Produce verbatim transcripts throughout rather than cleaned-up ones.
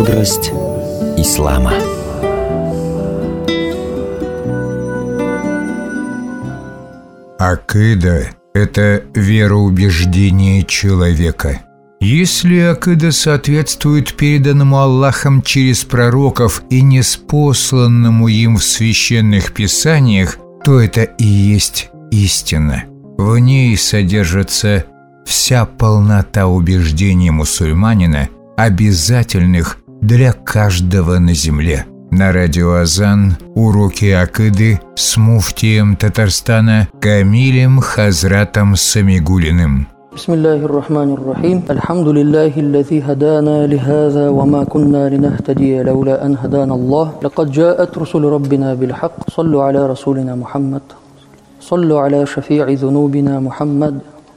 Мудрость ислама. Акида – это вероубеждение человека. Если акида соответствует переданному Аллахом через пророков и неспосланному им в священных писаниях, то это и есть истина. В ней содержится вся полнота убеждений мусульманина, обязательных для каждого на земле. На радио Азан уроки акиды с муфтием Татарстана Камилем Хазратом Самигуллиным. Бисмиллахир рахманир рахим. Альхамдулиллахи аллази хадана лихаза ва ма кунна линахтадия лаула ан хадана Аллах. Лакад джаат русулу раббина бил хак. Саллу аля расулина Мухаммад. Саллу аля шафи'i зунубина Мухаммад.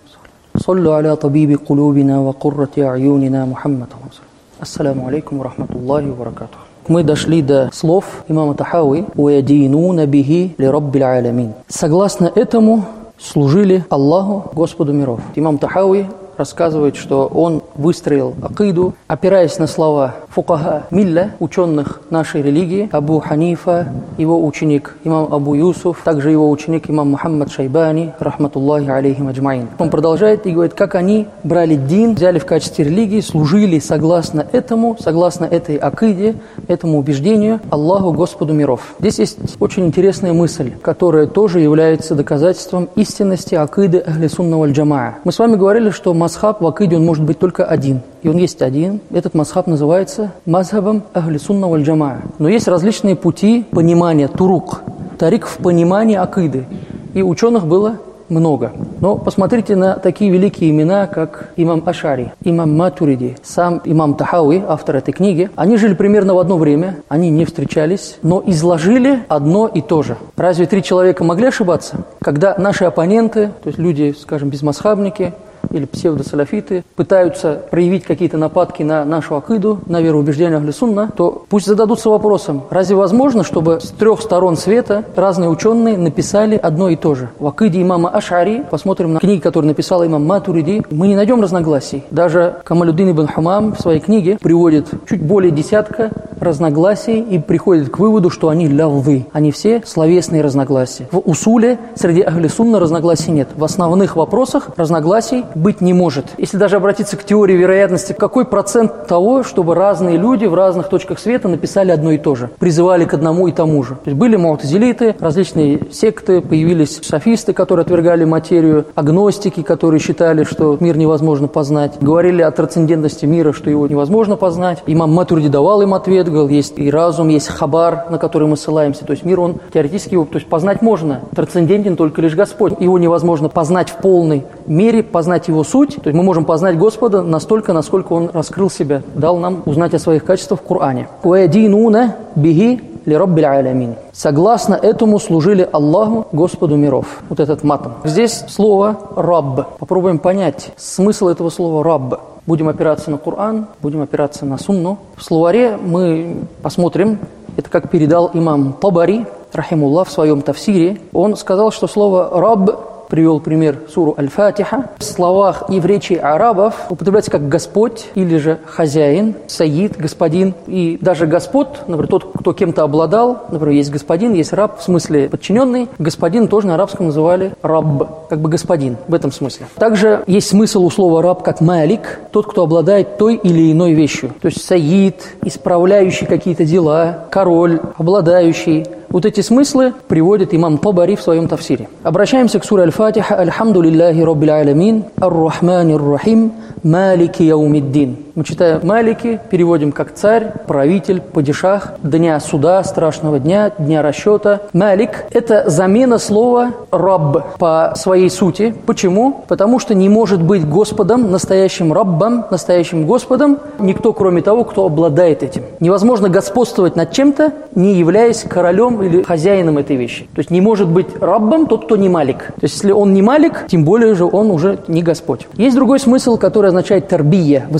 Саллу аля табиби кулубина ва куррати аюнина Мухаммад. Ассаламу алейкум ва рахматуллахи ва баракатух. Мы дошли до слов имама Тахауи «Уядинуна бихи ли раббил алямин». Согласно этому служили Аллаху, Господу миров. Имам Тахауи рассказывает, что он выстроил акиду, опираясь на слова фукаха милля, ученых нашей религии, Абу Ханифа, его ученик имам Абу Юсуф, также его ученик имам Мухаммад Шайбани, рахматуллахи алейхим аджмаин. Он продолжает и говорит, как они брали дин, взяли в качестве религии, служили согласно этому, согласно этой акиде, этому убеждению Аллаху, Господу миров. Здесь есть очень интересная мысль, которая тоже является доказательством истинности акиды ахли сунна валь джамаа. Мы с вами говорили, что мазхаб в акиде он может быть только один. И он есть один. Этот мазхаб называется мазхабом ахли сунна валь джамаа. Но есть различные пути понимания, турук, тарик в понимании акиды. И ученых было много. Но посмотрите на такие великие имена, как имам Ашари, имам Матуриди, сам имам Тахауи, автор этой книги. Они жили примерно в одно время, они не встречались, но изложили одно и то же. Разве три человека могли ошибаться? Когда наши оппоненты, то есть люди, скажем, безмазхабники, или псевдосаляфиты пытаются проявить какие-то нападки на нашу акиду, на вероубеждение ахли сунна, то пусть зададутся вопросом, разве возможно, чтобы с трех сторон света разные ученые написали одно и то же? В акиде имама Ашари, посмотрим на книги, которые написал имам Матуриди, мы не найдем разногласий. Даже Камалюддин ибн Хамам в своей книге приводит чуть более десятка разногласий и приходит к выводу, что они ляввы, они все словесные разногласия. В усуле среди ахли сунна разногласий нет. В основных вопросах разногласий быть не может. Если даже обратиться к теории вероятности, какой процент того, чтобы разные люди в разных точках света написали одно и то же, призывали к одному и тому же. То есть были му'тазилиты, различные секты, появились софисты, которые отвергали материю, агностики, которые считали, что мир невозможно познать, говорили о трансцендентности мира, что его невозможно познать. Имам Матуриди давал им ответ, говорил, есть и разум, есть хабар, на который мы ссылаемся. То есть мир, он теоретически его, то есть познать можно, трансцендентен только лишь Господь. Его невозможно познать в полной мере, познать его суть, то есть мы можем познать Господа настолько, насколько Он раскрыл себя, дал нам узнать о своих качествах в Коране. «Уядинуна бихи ли раббил алямин». Согласно этому служили Аллаху, Господу миров. Вот этот матом. Здесь слово «рабб». Попробуем понять смысл этого слова «рабб». Будем опираться на Коран, будем опираться на сунну. В словаре мы посмотрим, это как передал имам Табари, рахимуллах, в своем тафсире. Он сказал, что слово «рабб», привел пример суру Аль-Фатиха. В словах и в речи арабов употребляется как «Господь» или же «хозяин», «саид», «господин». И даже «Господ», например, тот, кто кем-то обладал, например, есть господин, есть раб, в смысле подчиненный. Господин тоже на арабском называли «рабб», как бы «господин», в этом смысле. Также есть смысл у слова «раб» как «малик», тот, кто обладает той или иной вещью. То есть «саид», исправляющий какие-то дела, «король», «обладающий». Вот эти смыслы приводит имам Табари в своем тафсире. Обращаемся к суре Аль-Фатиха. Альхамдулиллахи раббил алямин, ар-рахманир рахим, малики яумиддин. Мы читаем «малики», переводим как «царь», «правитель», «падишах», «дня суда», «страшного дня», «дня расчета». «Малик» – это замена слова «рабб» по своей сути. Почему? Потому что не может быть Господом, настоящим раббом, настоящим Господом, никто, кроме того, кто обладает этим. Невозможно господствовать над чем-то, не являясь королем или хозяином этой вещи. То есть не может быть раббом тот, кто не малик. То есть если он не малик, тем более же он уже не Господь. Есть другой смысл, который означает тарбия, воспитание.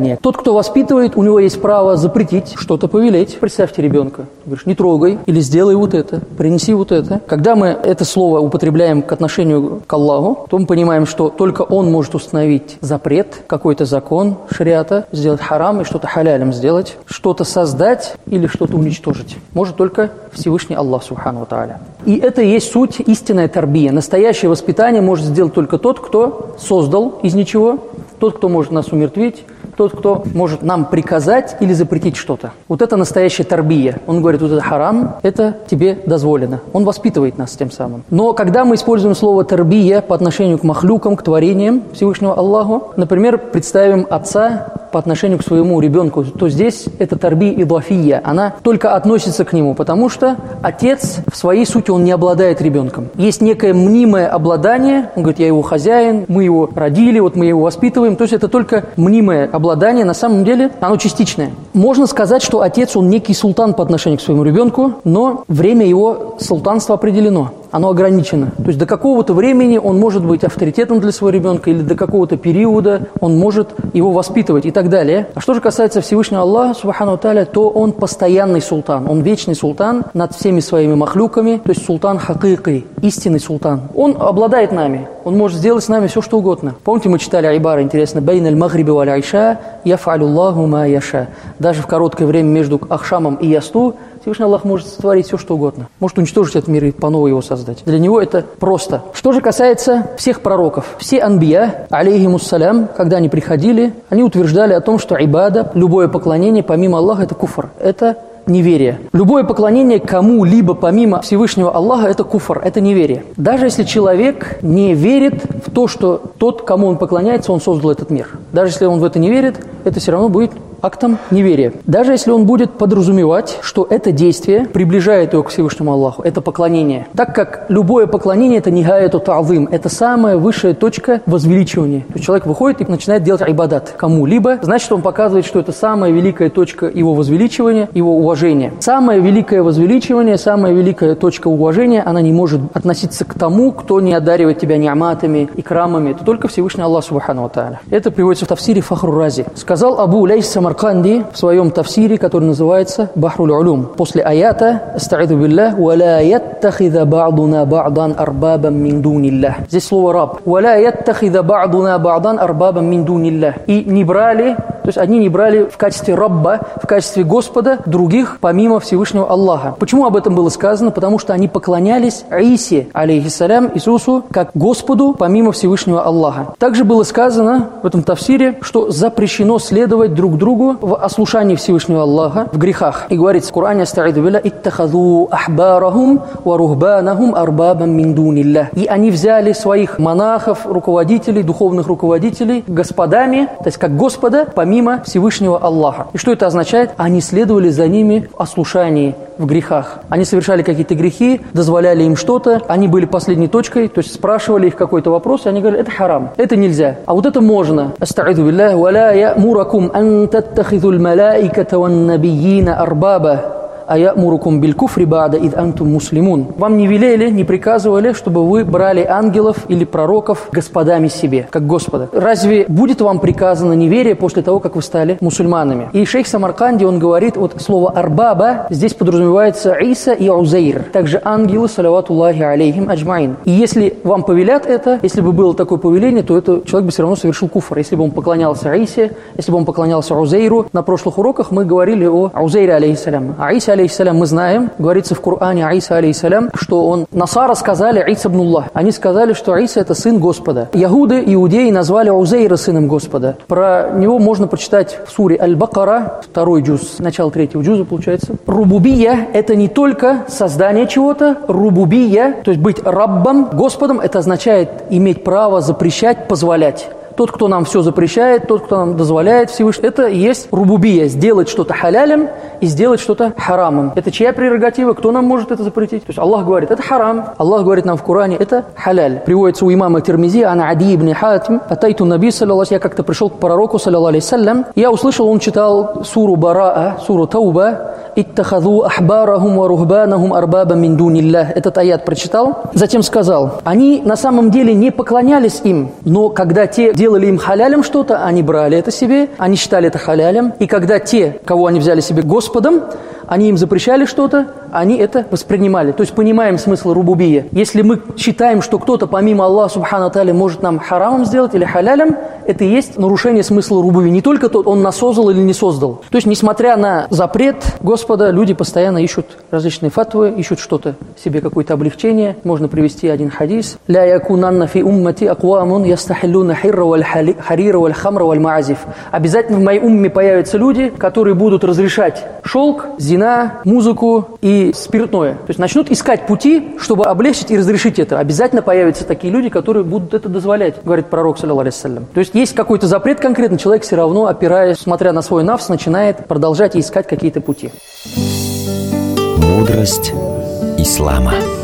влияние. Тот, кто воспитывает, у него есть право запретить, что-то повелеть. Представьте ребенка. Ты говоришь, не трогай, или сделай вот это, принеси вот это. Когда мы это слово употребляем к отношению к Аллаху, то мы понимаем, что только Он может установить запрет, какой-то закон шариата, сделать харам и что-то халялем сделать, что-то создать или что-то уничтожить. Может только Всевышний Аллах, субхану ва тааля. И это и есть суть истинная тарбия. Настоящее воспитание может сделать только тот, кто создал из ничего, тот, кто может нас умертвить, тот, кто может нам приказать или запретить что-то. Вот это настоящая тарбия. Он говорит, вот это харам, это тебе дозволено. Он воспитывает нас тем самым. Но когда мы используем слово тарбия по отношению к махлюкам, к творениям Всевышнего Аллаху, например, представим отца по отношению к своему ребенку, то здесь это тарбия идафия. Она только относится к нему, потому что отец в своей сути, он не обладает ребенком. Есть некое мнимое обладание, он говорит, я его хозяин, мы его родили, вот мы его воспитываем. То есть это только мнимое обладание, на самом деле оно частичное. Можно сказать, что отец, он некий султан по отношению к своему ребенку, но время его султанства определено. Оно ограничено. То есть до какого-то времени он может быть авторитетом для своего ребенка или до какого-то периода он может его воспитывать и так далее. А что же касается Всевышнего Аллаха, субхану ва тааля, то он постоянный султан. Он вечный султан над всеми своими махлюками, то есть султан хакики, истинный султан. Он обладает нами. Он может сделать с нами все, что угодно. Помните, мы читали айбара, интересно, «Бейн аль-магриби валь айша, яф'алю Аллаху ма яша». Даже в короткое время между Ахшамом и Ясту Всевышний Аллах может сотворить все, что угодно. Может уничтожить этот мир и по новой его создать. Для него это просто. Что же касается всех пророков. Все анбия, алейхимуссалям, когда они приходили, они утверждали о том, что ибада, любое поклонение помимо Аллаха, это куфр. Это неверие. Любое поклонение кому-либо помимо Всевышнего Аллаха – это куфр, это неверие. Даже если человек не верит в то, что тот, кому он поклоняется, он создал этот мир. Даже если он в это не верит, это все равно будет актом неверия. Даже если он будет подразумевать, что это действие приближает его к Всевышнему Аллаху, это поклонение. Так как любое поклонение – это нигайяту та'зим, это самая высшая точка возвеличивания. То есть человек выходит и начинает делать айбадат кому-либо, значит, он показывает, что это самая великая точка его возвеличивания, его уважения. Самое великое возвеличивание, самая великая точка уважения, она не может относиться к тому, кто не одаривает тебя ни'матами, икрамами. Это только Всевышний Аллах, субхану ва тааля. Это приводится в тафсире Фахру Рази. Сказал Абу Лейс Самарканди в своем тафсире, который называется Бахруль Улюм. После аята «Аста'иду биллах, ва ла яттахида ба'дуна ба'дан арбабан мин дуниллах». Здесь слово «раб». «Ва ла яттахида ба'дуна ба'дан арбабан мин дуниллах». И не брали, то есть они не брали в качестве рабба, в качестве Господа других помимо Всевышнего Аллаха. Почему об этом было сказано? Потому что они поклонялись Иисе, алейхиссалям, Иисусу, как Господу помимо Всевышнего Аллаха. Также было сказано в этом тафсире, что запрещено следовать друг другу в ослушании Всевышнего Аллаха, в грехах. И говорится в Коране: «Аста'иду билля, иттахазу ахбарахум ва рухбанахум арбабан мин дуниллах». И они взяли своих монахов, руководителей, духовных руководителей господами, то есть как Господа, помимо Всевышнего Аллаха. И что это означает? Они следовали за ними в ослушании, в грехах. Они совершали какие-то грехи, дозволяли им что-то, они были последней точкой, то есть спрашивали их какой-то вопрос, и они говорили: это харам, это нельзя, а вот это можно. «Аста'иду билля, ва ла я'муракум ан таттахизуль малаиката ван набийина арбаба». «Аямурукум биль-куфри ба'да ид антум муслимун». Вам не велели, не приказывали, чтобы вы брали ангелов или пророков господами себе, как Господа. Разве будет вам приказано неверие после того, как вы стали мусульманами? И шейх Самарканди, он говорит, вот слово «арбаба» здесь подразумевается Иса и Узейр, также ангелы, салаватуллахи алейхим аджмаин. И если вам повелят это, если бы было такое повеление, то это человек бы все равно совершил куфр. Если бы он поклонялся Исе, если бы он поклонялся Узейру. На прошлых уроках мы говорили о Узейре алейхиссалям. А Иса алейхиссалям, мы знаем, говорится в Коране о Иса алейхиссалям, что он, насара сказали Иса ибнуллах. Они сказали, что Иса это сын Господа. Яхуды, иудеи назвали Узейра сыном Господа. Про него можно прочитать в суре Аль-Бакара, второй джуз, начало третьего джуза получается. Рубубия это не только создание чего-то, рубубия, то есть быть раббом, Господом, это означает иметь право запрещать, позволять. Тот, кто нам все запрещает, тот, кто нам дозволяет Всевышний, это и есть рубубия, сделать что-то халялем и сделать что-то харамом. Это чья прерогатива? Кто нам может это запретить? То есть Аллах говорит, это харам. Аллах говорит нам в Коране, это халяль. Приводится у имама Тирмизи, ана Ади ибн Хатим, атайту наби, саллаллаху, я как-то пришел к пророку, саллаллаху алейхи саллям, я услышал, он читал суру Бараа, суру Тауба, «Иттахазу ахбарахум ва рухбанахум арбаба мин дуниллах». Этот аят прочитал. Затем сказал, они на самом деле не поклонялись им, но когда те делали им халялем что-то, они брали это себе, они считали это халялем. И когда те, кого они взяли себе Господом, они им запрещали что-то, они это воспринимали. То есть понимаем смысл рубубия. Если мы считаем, что кто-то помимо Аллаха субхану тааля может нам харамом сделать или халялем, это и есть нарушение смысла рубубия. Не только тот, он нас создал или не создал. То есть, несмотря на запрет Господа, люди постоянно ищут различные фатвы, ищут что-то себе, какое-то облегчение. Можно привести один хадис. «Ля якунанна фи уммати аквамун ястахиллуна хирра валь харира валь хамра валь маазиф». Обязательно в моей умме появятся люди, которые будут разрешать шелк, зина, музыку и спиртное. То есть начнут искать пути, чтобы облегчить и разрешить это. Обязательно появятся такие люди, которые будут это дозволять, говорит пророк, саллаллаху алейхи вассалям. То есть есть какой-то запрет конкретно, человек все равно, опираясь, смотря на свой нафс, начинает продолжать искать какие-то пути. Мудрость ислама.